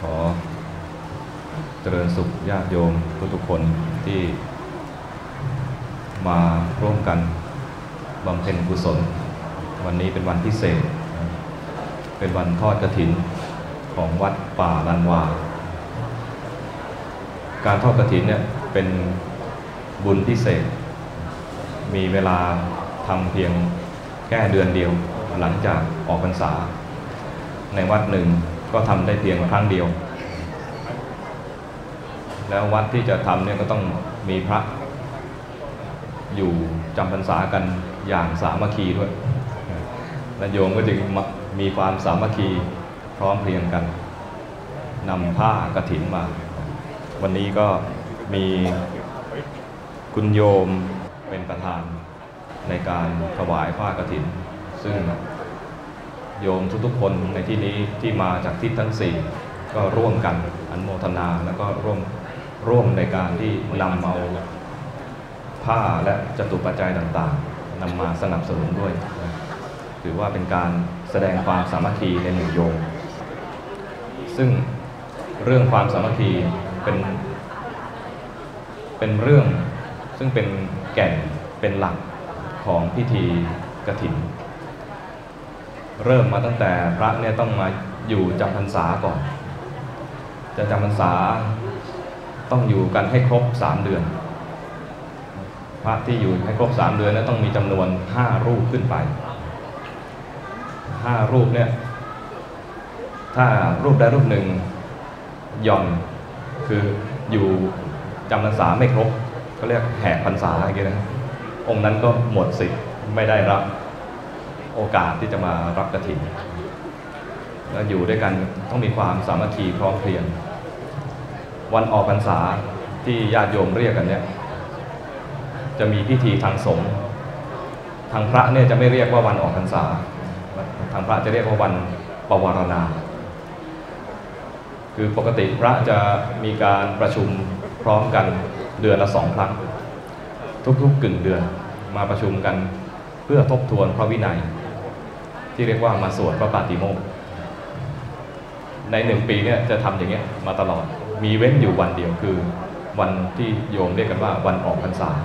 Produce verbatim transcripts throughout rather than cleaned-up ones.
อเจริญสุขญาติโยมทุกๆคนที่มาร่วมกันบำเพ็ญกุศลวันนี้เป็นวันพิเศษเป็นวันทอดกฐินของวัดป่าลันวาการทอดกฐินเนี่ยเป็นบุญพิเศษมีเวลาทำเพียงแค่เดือนเดียวหลังจากออกพรรษาในวัดหนึ่งก็ทำได้เพียงครั้งเดียวแล้ววัดที่จะทำเนี่ยก็ต้องมีพระอยู่จำพรรษากันอย่างสามัคคีด้วยและโยมก็จึงมีความสามัคคีพร้อมเพรียงกันนำผ้ากฐินมาวันนี้ก็มีคุณโยมเป็นประธานในการถวายผ้ากฐินซึ่งโยมทุกๆคนในที่นี้ที่มาจากทิศทั้งสี่ก็ร่วมกันอนุโมทนาแล้วก็ร่วมร่วมในการที่นำเอาผ้าและจตุปัจจัยต่างๆนำมาสนับสนุนด้วยถือว่าเป็นการแสดงความสามัคคีในหมู่โยมซึ่งเรื่องความสามัคคีเป็นเป็นเรื่องซึ่งเป็นแก่นเป็นหลักของพิธีกฐินเริ่มมาตั้งแต่พระเนี่ยต้องมาอยู่จำพรรษาก่อนจะจำพรรษาต้องอยู่กันให้ครบสามเดือนพระที่อยู่ให้ครบสามเดือนนั้นต้องมีจำนวนห้ารูปขึ้นไปห้ารูปเนี่ยถ้ารูปใดรูปหนึ่งหย่อนคืออยู่จำพรรษาไม่ครบเขาเรียกแหกพรรษาอะไรอย่างเงี้ยนะองค์นั้นก็หมดสิทธิ์ไม่ได้รับโอกาสที่จะมารับกฐินแล้วอยู่ด้วยกันต้องมีความสามัคคีพร้อมเพรียงวันออกพรรษาที่ญาติโยมเรียกกันเนี่ยจะมีพิธีทางสงฆ์ทางพระเนี่ยจะไม่เรียกว่าวันออกพรรษาทางพระจะเรียกว่าวันปวารณาคือปกติพระจะมีการประชุมพร้อมกันเดือนละสองครั้งทุกๆกึ่งเดือนมาประชุมกันเพื่อทบทวนพระวินัยที่เรียกว่ามาสวดพระปาติโมกข์ในหนึ่งปีเนี่ยจะทำอย่างเงี้ยมาตลอดมีเว้นอยู่วันเดียวคือวันที่โยมเรียกกันว่าวันออกพรรษา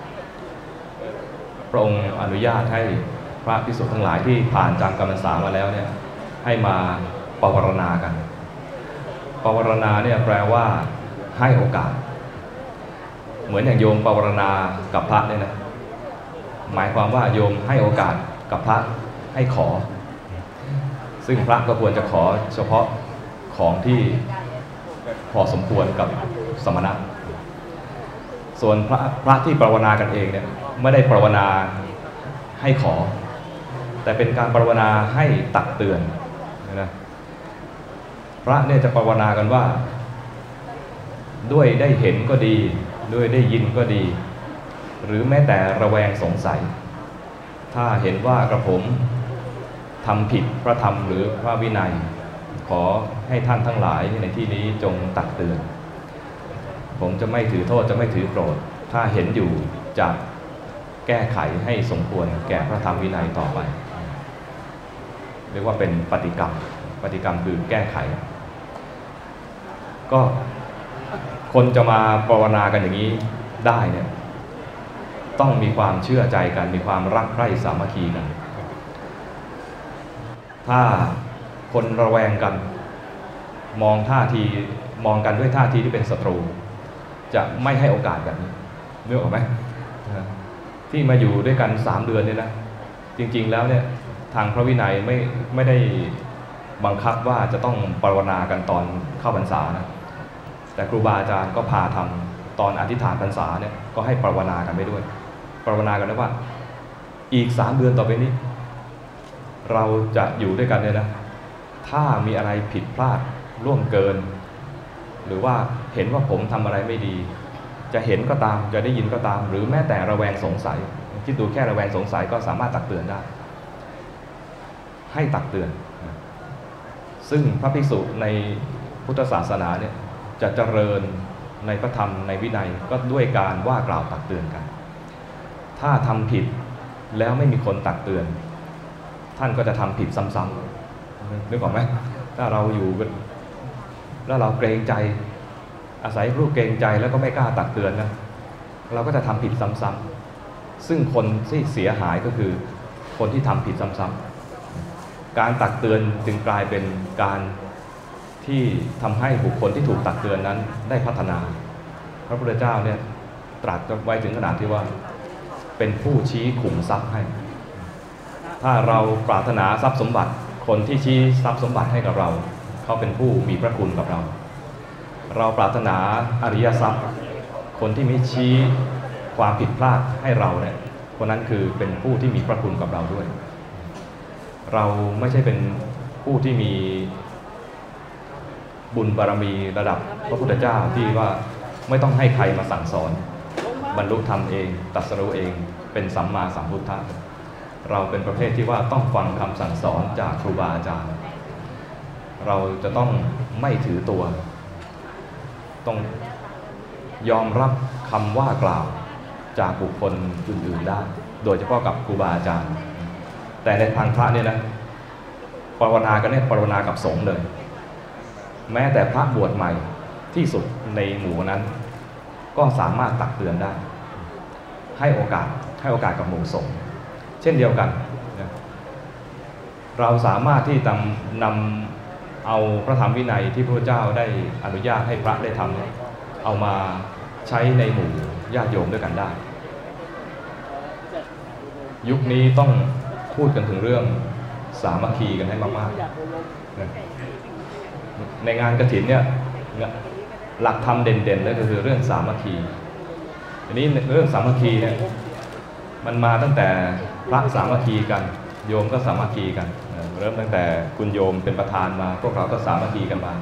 พระองค์อนุญาตให้พระภิกษุทั้งหลายที่ผ่านจำพรรษามาแล้วเนี่ยให้มาปวารณากันปวารณาเนี่ยแปลว่าให้โอกาสเหมือนอย่างโยมปวารณากับพระเนี่ยนะหมายความว่าโยมให้โอกาสกับพระให้ขอซึ่งพระก็ควรจะขอเฉพาะของที่พอสมควรกับสมณะส่วนพระพระที่ปรารณากันเองเนี่ยไม่ได้ปรารณาให้ขอแต่เป็นการปรารณาให้ตักเตือนนะพระเนี่ยจะปรารณากันว่าด้วยได้เห็นก็ดีด้วยได้ยินก็ดีหรือแม้แต่ระแวงสงสัยถ้าเห็นว่ากระผมทำผิดพระธรรมหรือพระวินัยขอให้ท่านทั้งหลายในที่นี้จงตักเตือนผมจะไม่ถือโทษจะไม่ถือโกรธถ้าเห็นอยู่จะแก้ไขให้สมควรแก่พระธรรมวินัยต่อไปเรียกว่าเป็นปฏิกรรมปฏิกรรมคือแก้ไขก็คนจะมาภาวนากันอย่างนี้ได้เนี่ยต้องมีความเชื่อใจกันมีความรักใคร่สามัคคีกันถ้าคนระแวงกันมองท่าทีมองกันด้วยท่าทีที่เป็นศัตรูจะไม่ให้โอกาสแบบนี้นึกออกไหมที่มาอยู่ด้วยกันสามเดือนเนี่ยนะจริงๆแล้วเนี่ยทางพระวินัยไม่ไม่ได้บังคับว่าจะต้องปรารณากันตอนเข้าพรรษานะแต่ครูบาอาจารย์ก็พาทำตอนอธิษฐานพรรษาเนี่ยก็ให้ปรารณากันไปด้วยปรารณากันนะว่าอีกสามเดือนต่อไปนี้เราจะอยู่ด้วยกันเนี่ยนะถ้ามีอะไรผิดพลาดล่วงเกินหรือว่าเห็นว่าผมทำอะไรไม่ดีจะเห็นก็ตามจะได้ยินก็ตามหรือแม้แต่ระแวงสงสัยคิดดูแค่ระแวงสงสัยก็สามารถตักเตือนได้ให้ตักเตือนซึ่งพระภิกษุในพุทธศาสนาเนี่ยจะเจริญในพระธรรมในวินัยก็ด้วยการว่ากล่าวตักเตือนกันถ้าทำผิดแล้วไม่มีคนตักเตือนท่านก็จะทำผิดซ้ำๆนึกออกไหมถ้าเราอยู่แล้วเราเกรงใจอาศัยรูปเกรงใจแล้วก็ไม่กล้าตักเตือนนะเราก็จะทำผิดซ้ำๆซึ่งคนที่เสียหายก็คือคนที่ทำผิดซ้ำๆการตักเตือนจึงกลายเป็นการที่ทำให้บุคคลที่ถูกตักเตือนนั้นได้พัฒนาพระพุทธเจ้าเนี่ยตรัสไว้ถึงขนาดที่ว่าเป็นผู้ชี้ขุมทรัพย์ให้ถ้าเราปรารถนาทรัพย์สมบัติคนที่ชี้ทรัพย์สมบัติให้กับเราเขาเป็นผู้มีพระคุณกับเราเราปรารถนาอริยทรัพย์คนที่ไม่ชี้ความผิดพลาดให้เราเนี่ยคนนั้นคือเป็นผู้ที่มีพระคุณกับเราด้วยเราไม่ใช่เป็นผู้ที่มีบุญบารมีระดับพระพุทธเจ้าที่ว่าไม่ต้องให้ใครมาสั่งสอนบรรลุธรรมเองตรัสรู้เองเป็นสัมมาสัมพุทธะเราเป็นประเภทที่ว่าต้องฟังคำสั่งสอนจากครูบาอาจารย์เราจะต้องไม่ถือตัวต้องยอมรับคำว่ากล่าวจากบุคคลอื่นๆได้โดยเฉพาะกับครูบาอาจารย์แต่ในทางพระเนี่ยนะปรารถนากันเนี่ยปรารถนากับสงฆ์เลยแม้แต่พระบวชใหม่ที่สุดในหมู่นั้นก็สามารถตักเตือนได้ให้โอกาสให้โอกาสกับหมู่สงฆ์เช่นเดียวกันเราสามารถที่นำนำเอาพระธรรมวินัยที่พระพุทธเจ้าได้อนุญาตให้พระได้ทำเอามาใช้ในหมู่ญาติโยมด้วยกันได้ยุคนี้ต้องพูดกันถึงเรื่องสามัคคีกันให้มากๆในงานกฐินเนี่ยหลักธรรมเด่นๆเลยก็คือเรื่องสามัคคีอันนี้เรื่องสามัคคีเนี่ยมันมาตั้งแต่พระสามัคคีกันโยมก็สามัคคีกันเริ่มตั้งแต่คุณโยมเป็นประธานมาพวกเราก็สามัคคีกันมา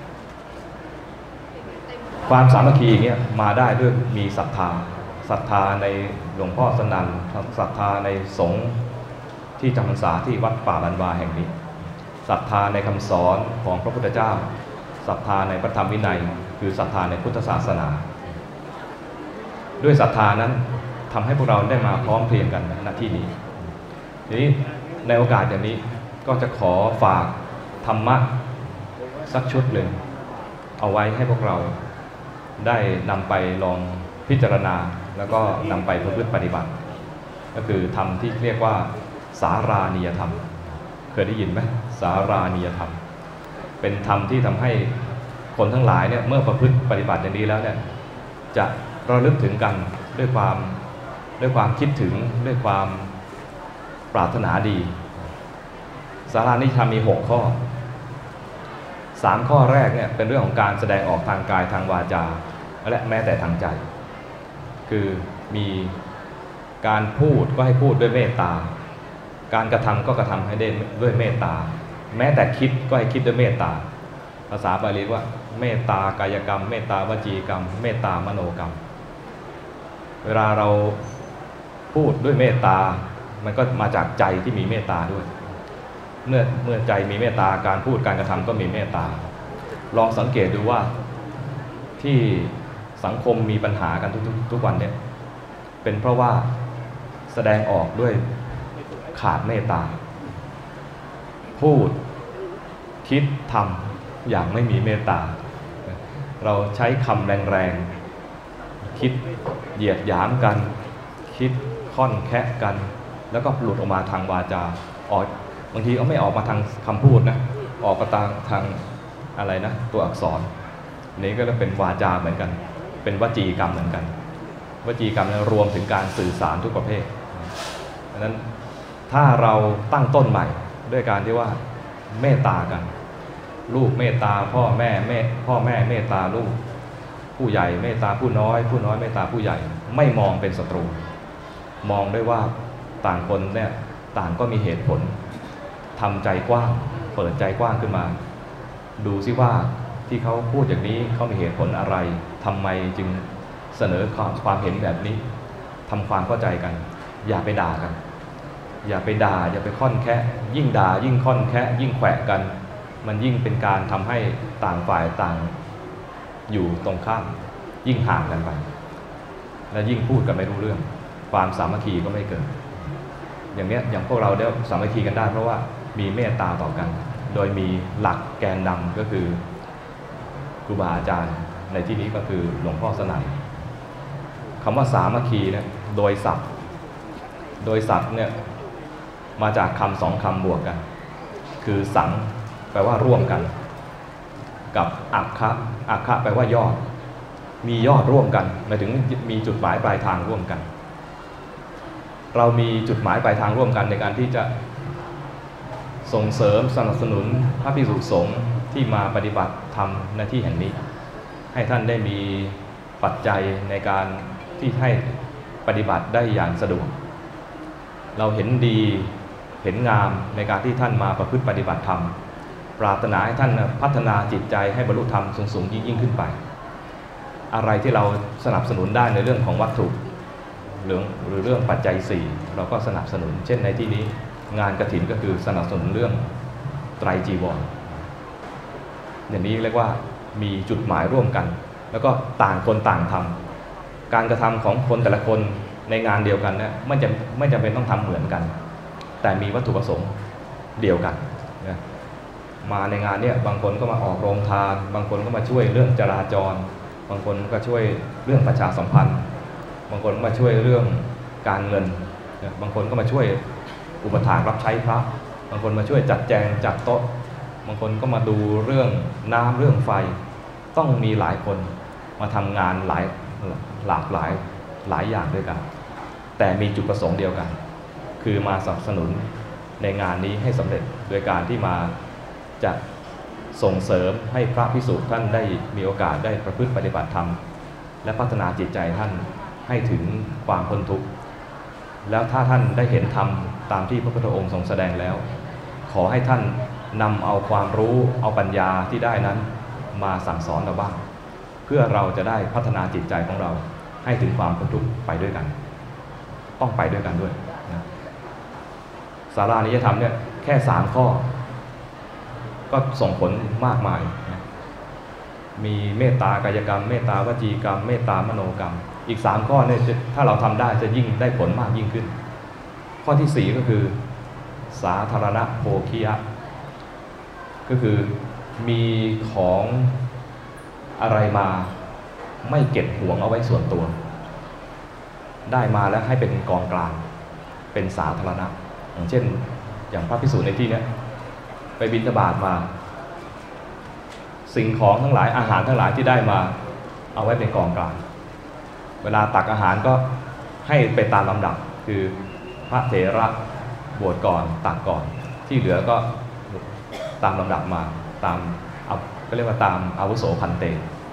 ความสามัคคีอย่างเงี้ยมาได้ด้วยมีศรัทธาศรัทธาในหลวงพ่อสนั่นศรัทธาในสงฆ์ที่จำพรรษาที่วัดป่าลันวาแห่งนี้ศรัทธาในคำสอนของพระพุทธเจ้าศรัทธาในพระธรรมวินัยคือศรัทธาในพุทธศาสนาด้วยศรัทธานั้นทำให้พวกเราได้มาพร้อมเพรียงกันณที่นี้ทีนี้ในโอกาสอย่างนี้ก็จะขอฝากธรรมะสักชุดหนึ่งเอาไว้ให้พวกเราได้นำไปลองพิจารณาแล้วก็นำไปประพฤติปฏิบัติก็คือธรรมที่เรียกว่าสารานิยธรรมเคยได้ยินไหมสารานิยธรรมเป็นธรรมที่ทำให้คนทั้งหลายเนี่ยเมื่อประพฤติปฏิบัติอย่างนี้แล้วเนี่ยจะระลึกถึงกันด้วยความด้วยความคิดถึงด้วยความปรารถนาดีสารานิยธรรมมีหกข้อสามข้อแรกเนี่ยเป็นเรื่องของการแสดงออกทางกายทางวาจาและแม้แต่ทางใจคือมีการพูดก็ให้พูดด้วยเมตตาการกระทำก็กระทำให้ได้ด้วยเมตตาแม้แต่คิดก็ให้คิดด้วยเมตตาภาษาบาลีว่าเมตตากายกรรมเมตตาวจีกรรมเมตตามโนกรรมเวลาเราพูดด้วยเมตตามันก็มาจากใจที่มีเมตตาด้วยเมื่อเมื่อใจมีเมตตาการพูดการกระทำก็มีเมตตาลองสังเกตดูว่าที่สังคมมีปัญหากันทุกๆทุกวันเนี่ยเป็นเพราะว่าแสดงออกด้วยขาดเมตตาพูดคิดทำอย่างไม่มีเมตตาเราใช้คำแรงๆคิดเหยียดหยามกันคิดค่อนแคะกันแล้วก็หลุดออกมาทางวาจาออกบางทีก็ไม่ออกมาทางคำพูดนะออกมาทางทางอะไรนะตัวอักษรนี้ก็เป็นวาจาเหมือนกันเป็นวจีกรรมเหมือนกันวจีกรรมรวมถึงการสื่อสารทุกประเภทดังนั้นถ้าเราตั้งต้นใหม่ด้วยการที่ว่าเมตตากันลูกเมตตาพ่อแม่แม่พ่อแม่เมตตาลูกผู้ใหญ่เมตตาผู้น้อยผู้น้อยเมตตาผู้ใหญ่ไม่มองเป็นศัตรูมองด้วยว่าต่างคนเนี่ยต่างก็มีเหตุผลทำใจกว้างเปิดใจกว้างขึ้นมาดูซิว่าที่เขาพูดอย่างนี้เขามีเหตุผลอะไรทำไมจึงเสนอความความเห็นแบบนี้ทำความเข้าใจกันอย่าไปด่ากันอย่าไปด่าอย่าไปค่อนแคะยิ่งด่ายิ่งค่อนแคะยิ่งแขวะกันมันยิ่งเป็นการทำให้ต่างฝ่ายต่างอยู่ตรงข้ามยิ่งห่างกันไปและยิ่งพูดกันไม่รู้เรื่องความสามัคคีก็ไม่เกิดอย่างเนี้ยอย่างพวกเราได้สามัคคีกันได้เพราะว่ามีเมตตาต่อกันโดยมีหลักแกนนำก็คือรูบาอาจารย์ในที่นี้ก็คือหลวงพ่อสนั่นคำว่าสามัคคีเนี่ยโดยศัพท์โดยศัพท์เนี่ยมาจากคำสองคำบวกกันคือสังแปลว่าร่วมกันกับอัคคะอัคคะแปลว่ายอดมียอดร่วมกันหมายถึงมีจุดหมายปลายทางร่วมกันเรามีจุดหมายปลายทางร่วมกันในการที่จะส่งเสริมสนับสนุนพระภิกษุสงฆ์ที่มาปฏิบัติธรรมในที่แห่งนี้ให้ท่านได้มีปัจจัยในการที่ให้ปฏิบัติได้อย่างสะดวกเราเห็นดีเห็นงามในการที่ท่านมาประพฤติปฏิบัติธรรมปรารถนาให้ท่านพัฒนาจิตใจให้บรรลุธรรมสูงๆยิ่งๆขึ้นไปอะไรที่เราสนับสนุนได้ในเรื่องของวัตถุหรือหรือเรื่องปัจจัยสี่เราก็สนับสนุนเช่นในที่นี้งานกฐินก็คือสนับสนุนเรื่องไตรจีวรอย่างนี้เรียกว่ามีจุดหมายร่วมกันแล้วก็ต่างคนต่างทำการกระทำของคนแต่ละคนในงานเดียวกันเนี่ยไม่จำไม่จำเป็นต้องทำเหมือนกันแต่มีวัตถุประสงค์เดียวกันนะมาในงานเนี่ยบางคนก็มาออกโรงทานบางคนก็มาช่วยเรื่องจราจรบางคนก็ช่วยเรื่องประชาสัมพันธ์บางคนก็มาช่วยเรื่องการเงินบางคนก็มาช่วยอุปถากรับใช้พระบางคนมาช่วยจัดแจงจัดโต๊ะบางคนก็มาดูเรื่องน้ำเรื่องไฟต้องมีหลายคนมาทำงานหลายหลากหลายหลายอย่างด้วยกันแต่มีจุดประสงค์เดียวกันคือมาสนับสนุนในงานนี้ให้สำเร็จโดยการที่มาจะส่งเสริมให้พระภิกษุท่านได้มีโอกาสได้ประพฤติปฏิบัติธรรมและพัฒนาจิตใจท่านให้ถึงความพ้นทุกข์แล้วถ้าท่านได้เห็นธรรมตามที่พระพุทธองค์ทรงแสดงแล้วขอให้ท่านนำเอาความรู้เอาปัญญาที่ได้นั้นมาสั่งสอนเราบ้างเพื่อเราจะได้พัฒนาจิตใจของเราให้ถึงความพ้นทุกข์ไปด้วยกันต้องไปด้วยกันด้วยนะสารานิยธรรมเนี่ยแค่สามข้อก็ส่งผลมากมายนะมีเมตตากายกรรมเมตตาวจีกรรมเมตตามโนกรรมอีกสามข้อเนี่ยถ้าเราทำได้จะยิ่งได้ผลมากยิ่งขึ้นข้อที่สี่ก็คือสาธารณโภคียะก็คือมีของอะไรมาไม่เก็บหวงเอาไว้ส่วนตัวได้มาแล้วให้เป็นกองกลางเป็นสาธารณะอย่างเช่นอย่างพระภิกษุในที่นี้ไปบิณฑบาตมาสิ่งของทั้งหลายอาหารทั้งหลายที่ได้มาเอาไว้เป็นกองกลางเวลาตักอาหารก็ให้ไปตามลำดับคือพระเถระบวชก่อนตักก่อนที่เหลือก็ตามลำดับมาตามก็เรียกว่าตามอาวุโสพันเต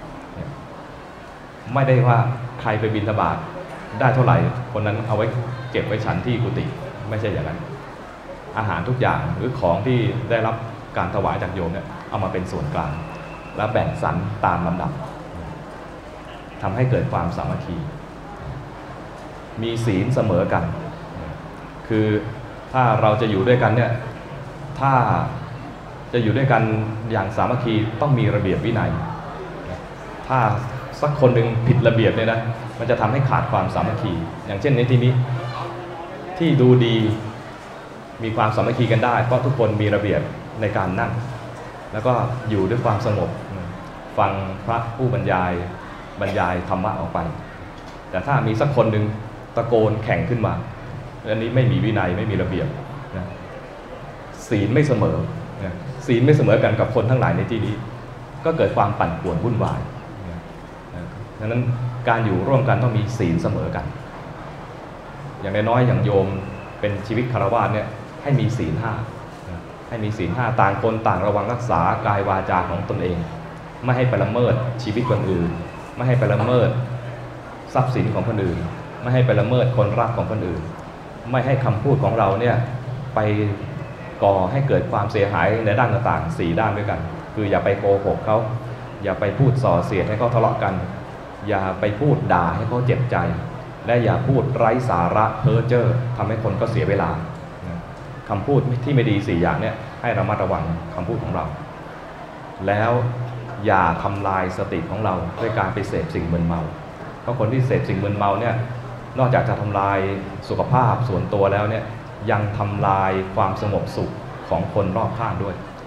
ไม่ได้ว่าใครไปบิณฑบาตได้เท่าไหร่คนนั้นเอาไว้เก็บไว้ฉันที่กุฏิไม่ใช่อย่างนั้นอาหารทุกอย่างหรือของที่ได้รับการถวายจากโยมเนี่ยเอามาเป็นส่วนกลางแล้วแบ่งสรรตามลำดับทำให้เกิดความสามัคคีมีศีลเสมอกันคือถ้าเราจะอยู่ด้วยกันเนี่ยถ้าจะอยู่ด้วยกันอย่างสามัคคีต้องมีระเบียบวินัยถ้าสักคนหนึ่งผิดระเบียบเนี่ยนะมันจะทำให้ขาดความสามัคคีอย่างเช่นในที่นี้ที่ดูดีมีความสามัคคีกันได้เพราะทุกคนมีระเบียบในการนั่งแล้วก็อยู่ด้วยความสงบฟังพระผู้บรรยายบรรยายธรรมะออกไปแต่ถ้ามีสักคนหนึ่งตะโกนแข่งขึ้นมาอันนี้ไม่มีวินัยไม่มีระเบียบนะศีลไม่เสมอนะศีลไม่เสมอกันกับคนทั้งหลายในที่นี้ก็เกิดความปั่นป่วนวุ่นวายนะดังนั้นการอยู่ร่วมกันต้องมีศีลเสมอกันอย่างน้อยๆอย่างโยมเป็นชีวิตคฤหัสถ์เนี่ยให้มีศีลห้าให้มีศีลห้าต่างคนต่างระวังรักษากายวาจาของตนเองไม่ให้ไปละเมิดชีวิตคนอื่นไม่ให้ไปละเมิดทรัพย์สินของคนอื่นไม่ให้ไปละเมิดคนรักของคนอื่นไม่ให้คำพูดของเราเนี่ยไปก่อให้เกิดความเสียหายในด้านต่างๆสี่ด้านด้วยกันคืออย่าไปโกหกเขาอย่าไปพูดส่อเสียดให้เขาทะเลาะกันอย่าไปพูดด่าให้เขาเจ็บใจและอย่าพูดไร้สาระเพ้อเจ้อทำให้คนก็เสียเวลาคำพูดที่ไม่ดีสี่อย่างเนี่ยให้ระมัดระวังคำพูดของเราแล้วอย่าทำลายสติของเราด้วยการไปเสพสิ่งมึนเมาเพราะคนที่เสพสิ่งมึนเมาเนี่ยนอกจากจะทำลายสุขภาพส่วนตัวแล้วเนี่ยยังทำลายความสงบสุขของคนรอบข้างด้วยค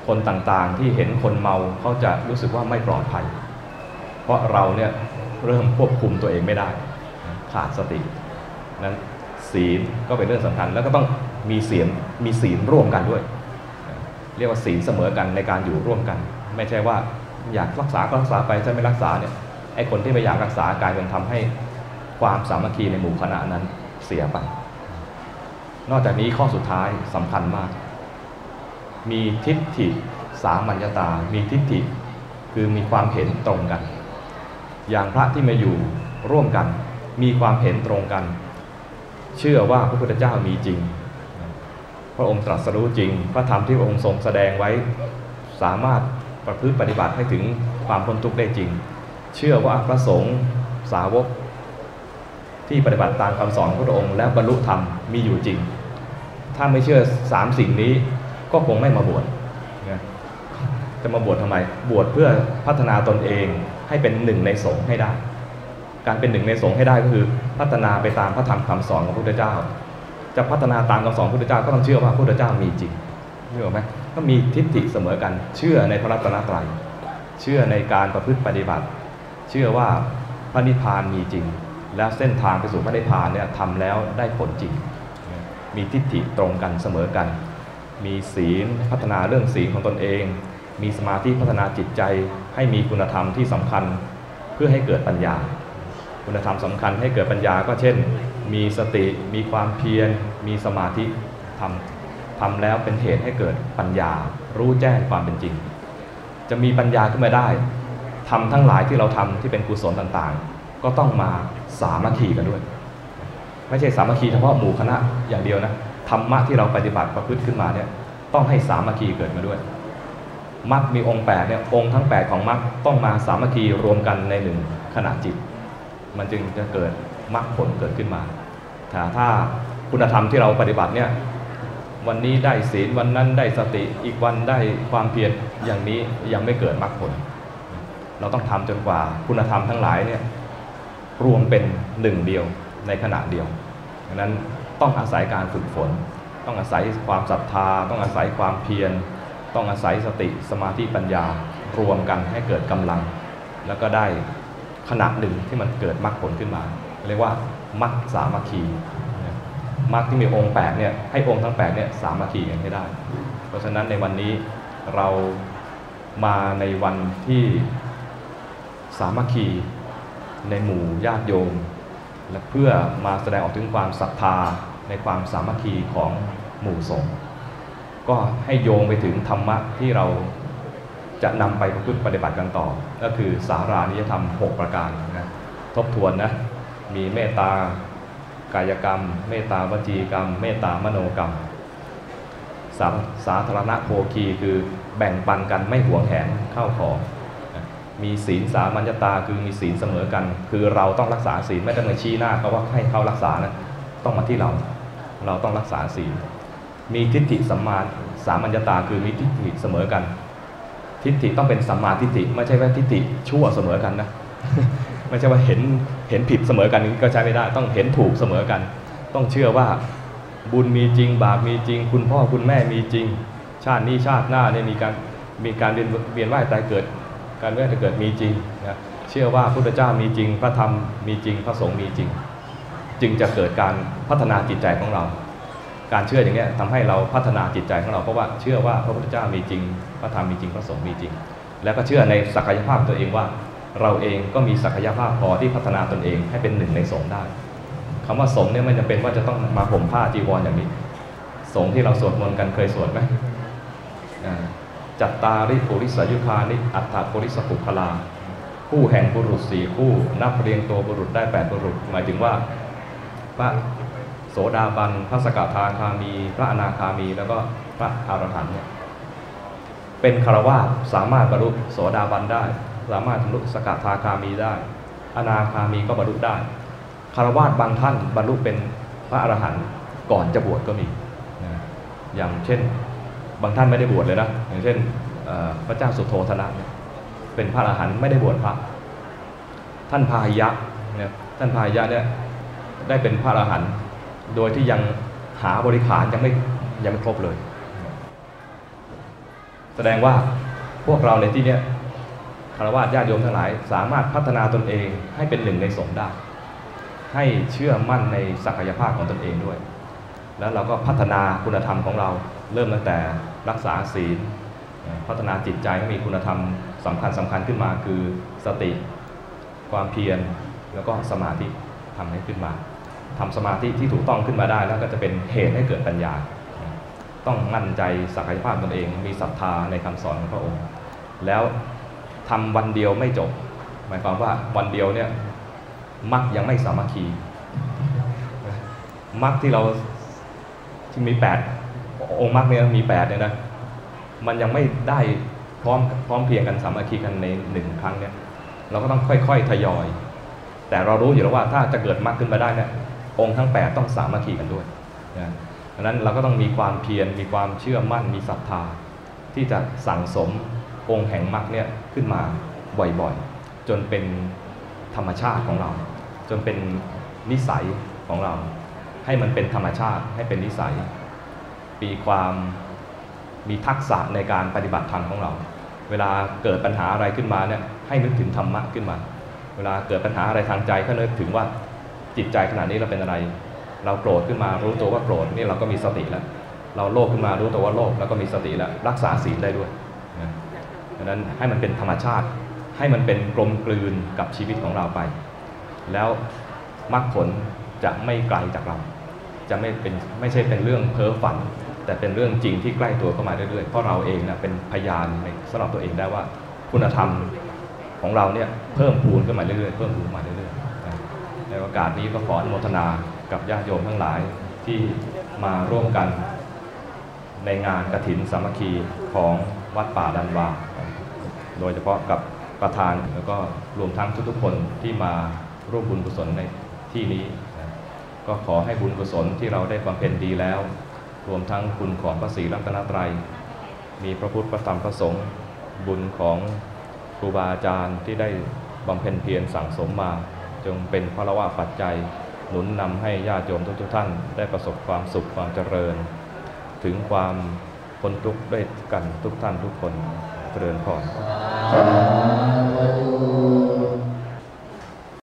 คนต่างๆที่เห็นคนเมาเขาจะรู้สึกว่าไม่ปลอดภัยเพราะเราเนี่ยเริ่มควบคุมตัวเองไม่ได้ขาดสตินั้นศีลก็เป็นเรื่องสำคัญแล้วก็ต้องมีศีลมีศีลร่วมกันด้วยเรียกว่าศีลเสมอกันในการอยู่ร่วมกันไม่ใช่ว่าอยากรักษาก็รักษาไปถ้าไม่รักษาเนี่ยไอ้คนที่ไม่อยากรักษากลายเป็นทำให้ความสามัคคีในหมู่คณะนั้นเสียไปนอกจากนี้ข้อสุดท้ายสำคัญมากมีทิฏฐิสามัญญตามีทิฏฐิคือมีความเห็นตรงกันอย่างพระที่มาอยู่ร่วมกันมีความเห็นตรงกันเชื่อว่าพระพุทธเจ้ามีจริงพระองค์ตรัสรู้จริงพระธรรมที่พระองค์ทรงแสดงไว้สามารถประพฤติปฏิบัติให้ถึงความพ้นทุกข์ได้จริงเชื่อว่าพระสงฆ์สาวกที่ปฏิบัติตามคำสอนของพระองค์แล้วบรรลุธรรมมีอยู่จริงถ้าไม่เชื่อสามสิ่งนี้ก็คงไม่มาบวชจะมาบวชทำไมบวชเพื่อพัฒนาตนเองให้เป็นหนึ่งในสงฆ์ให้ได้การเป็นหนึ่งในสงฆ์ให้ได้ก็คือพัฒนาไปตามพระธรรมคำสอนของพระพุทธเจ้าจะพัฒนาตามคำสอนของพระพุทธเจ้าก็ต้องเชื่อว่าพระพุทธเจ้ามีจริงเชื่อไหมก็มีทิฏฐิเสมอกันเชื่อในพระรัตนตรัยเชื่อในการประพฤติปฏิบัติเชื่อว่าพระนิพพานมีจริงและเส้นทางไปสู่พระนิพพานเนี่ยทำแล้วได้ผลจริงมีทิฏฐิตรงกันเสมอกันมีศีลพัฒนาเรื่องศีลของตนเองมีสมาธิพัฒนาจิตใจให้มีคุณธรรมที่สำคัญเพื่อให้เกิดปัญญาคุณธรรมสำคัญให้เกิดปัญญาก็เช่นมีสติมีความเพียรมีสมาธิทำทำแล้วเป็นเหตุให้เกิดปัญญารู้แจ้งความเป็นจริงจะมีปัญญาขึ้นมาได้ทำทั้งหลายที่เราทำที่เป็นกุศลต่างๆก็ต้องมาสามัคคีกันด้วยไม่ใช่สามัคคีเฉพาะหมู่คณะอย่างเดียวนะธรรมะที่เราปฏิบัติประพฤติขึ้นมาเนี่ยต้องให้สามัคคีเกิดมาด้วยมรรคมีองค์แปดเนี่ยองค์ทั้งแปดของมรรคต้องมาสามัคคีรวมกันในหนึ่งขณะจิตมันจึงจะเกิดมรรคผลเกิดขึ้นมาถ้าถ้าคุณธรรมที่เราปฏิบัติเนี่ยวันนี้ได้ศีลวันนั้นได้สติอีกวันได้ความเพียรอย่างนี้ยังไม่เกิดมรรคผลเราต้องทำจนกว่าคุณธรรมทั้งหลายเนี่ยรวมเป็นหนึ่งเดียวในขณะเดียวดังนั้นต้องอาศัยการฝึกฝนต้องอาศัยความศรัทธาต้องอาศัยความเพียรต้องอาศัยสติสมาธิปัญญารวมกันให้เกิดกำลังแล้วก็ได้ขณะหนึ่งที่มันเกิดมรรคผลขึ้นมาเรียกว่ามรรคสามัคคีมรรคที่มีองค์แปดเนี่ยให้องค์ทั้งแปดเนี่ยสามัคคีกันให้ได้เพราะฉะนั้นในวันนี้เรามาในวันที่สามัคคีในหมู่ญาติโยมและเพื่อมาแสดงออกถึงความศรัทธาในความสามัคคีของหมู่สงฆ์ก็ให้โยงไปถึงธรรมะที่เราจะนำไปประพฤติปฏิบัติกันต่อก็คือสารานิยธรรมหกประการนะทบทวนนะมีเมตตากายกรรมเมตตาวจีกรรมเมตตามโนกรรมสาสาธารณโภคีคือแบ่งปันกันไม่หวงแหนเข้าของมีศีลสามัญญตาคือมีศีลเสมอกันคือเราต้องรักษาศีลไม่ต้องมาชี้หน้าเขาว่าให้เขารักษานะต้องมาที่เราเราต้องรักษาศีลมีทิฏฐิสัมมาสามัญญตาคือมีทิฏฐิเสมอกันทิฏฐิต้องเป็นสัมมาทิฏฐิไม่ใช่ว่าทิฏฐิชั่วเสมอกันนะไม่ใช่ว่าเห็นเห็นผิดเสมอกันก็ใช้ไม่ได้ต้องเห็นถูกเสมอกันต้องเชื่อว่าบุญมีจริงบาปมีจริงคุณพ่อคุณแม่มีจริงชาตินี้ชาติหน้าเนี่ยมีการมีการเวียนเวียนว่ายตายเกิดการเวียนว่ายตายเกิดมีจริงนะเชื่อว่าพระพุทธเจ้ามีจริงพระธรรมมีจริงพระสงฆ์มีจริงจึงจะเกิดการพัฒนาจิตใจของเราการเชื่ออย่างนี้ทำให้เราพัฒนาจิตใจของเราเพราะว่าเชื่อว่าพระพุทธเจ้ามีจริงพระธรรมมีจริงพระสงฆ์มีจริงแล้วก็เชื่อในศักยภาพตัวเองว่าเราเองก็มีศักยภาพพอที่พัฒนาตนเองให้เป็นหนึ่งในสงฆ์ได้คำว่าสงฆ์เนี่ยไม่จำเป็นว่าจะต้องมาห่มผ้าจีวรอย่างนี้สงฆ์ที่เราสวดมนต์กันเคยสวดไหมจัตตาริปุริสยุคานิอัตถปุริสปุคลาคู่แห่งบุรุษสี่คู่นับเรียงตัวบุรุษได้แปดบุรุษหมายถึงว่าพระโสดาบันพระสกทาคามีพระอนาคามีแล้วก็พระอรหันต์เนี่ยเป็นฆราวาสสามารถบรรลุโสดาบันได้สามารถบรรลุสกทาคามีได้อนาคามีก็บรรลุได้ฆราวาสบางท่านบรรลุเป็นพระอรหันต์ก่อนจะบวชก็มีนะอย่างเช่นบางท่านไม่ได้บวชเลยนะอย่างเช่นพระเจ้าสุโธทนะเป็นพระอรหันต์ไม่ได้บวชพระท่านพาหิยะเนี่ยท่านพาหิยะเนี่ยได้เป็นพระอรหันต์โดยที่ยังหาบริขารยังไม่ยังไม่ครบเลยแสดงว่าพวกเราในที่นี้คฤหัสถ์ญาติโยมทั้งหลายสามารถพัฒนาตนเองให้เป็นหนึ่งในสงฆ์ได้ให้เชื่อมั่นในศักยภาพของตนเองด้วยแล้วเราก็พัฒนาคุณธรรมของเราเริ่มตั้งแต่รักษาศีลพัฒนาจิตใจให้มีคุณธรรมสำคัญสำคัญขึ้นมาคือสติความเพียรแล้วก็สมาธิทำให้ขึ้นมาทำสมาธิที่ถูกต้องขึ้นมาได้แล้วก็จะเป็นเหตุให้เกิดปัญญาต้องมั่นใจศักยภาพตนเองมีศรัทธาในคำสอนของพระองค์แล้วทำวันเดียวไม่จบหมายความว่าวันเดียวเนี่ยมรรคยังไม่สามัคคีมรรคที่เราที่มีแปดองค์มรรคเนี่ยมีแปดเนี่ยนะมันยังไม่ได้พร้อมพร้อมเพียงกันสามัคคีกันในหนึ่งครั้งเนี่ยเราก็ต้องค่อยๆทยอยแต่เรารู้อยู่แล้วว่าถ้าจะเกิดมรรคขึ้นมาได้เนี่ยองค์ทั้งแปดต้องสามัคคีกันด้วยนะดังนั้นเราก็ต้องมีความเพียรมีความเชื่อมั่นมีศรัทธาที่จะสั่งสมองค์แห่งมรรคเนี่ยขึ้นมาบ่อยๆจนเป็นธรรมชาติของเราจนเป็นนิสัยของเราให้มันเป็นธรรมชาติให้เป็นนิสัยมีความมีทักษะในการปฏิบัติธรรมของเราเวลาเกิดปัญหาอะไรขึ้นมาเนี่ยให้นึกถึงธรรมะขึ้นมาเวลาเกิดปัญหาอะไรทางใจก็นึกถึงว่าจิตใจขณะนี้เราเป็นอะไรเราโกรธขึ้นมารู้ตัวว่าโกรธนี่เราก็มีสติแล้วเราโลภขึ้นมารู้ตัวว่าโลภแล้วก็มีสติแล้วรักษาศีลได้ด้วยนะดังนั้นให้มันเป็นธรรมชาติให้มันเป็นกลมกลืนกับชีวิตของเราไปแล้วมรรคผลจะไม่ไกลจากเราจะไม่เป็นไม่ใช่เป็นเรื่องเพ้อฝันแต่เป็นเรื่องจริงที่ใกล้ตัวเข้ามาเรื่อยๆเพราะเราเองนะเป็นพยานสำหรับตัวเองได้ว่าคุณธรรมของเราเนี่ยเพิ่มพูนขึ้นมาเรื่อยๆเพิ่มพูนมาเรื่อยๆในโอกาสนี้ก็ขออนุโมทนากับญาติโยมทั้งหลายที่มาร่วมกันในงานกฐินสามัคคีของวัดป่าดันวาโดยเฉพาะกับประธานแล้วก็รวมทั้งทุกๆคนที่มาร่วมบุญกุศลในที่นี้นะก็ขอให้บุญกุศลที่เราได้บำเพ็ญดีแล้วรวมทั้งคุณของพระศรีรัตนตรัยมีพระพุทธพระธรรมพระสงฆ์บุญของครูบาอาจารย์ที่ได้บำเพ็ญเพียรสั่งสมมาจงเป็นพลวะปัจจัยหนุนนำให้ญาติโยมทุกๆท่านได้ประสบความสุขความเจริญถึงความพ้นทุกข์ด้วยกันทุกท่านทุกคนเจริญพร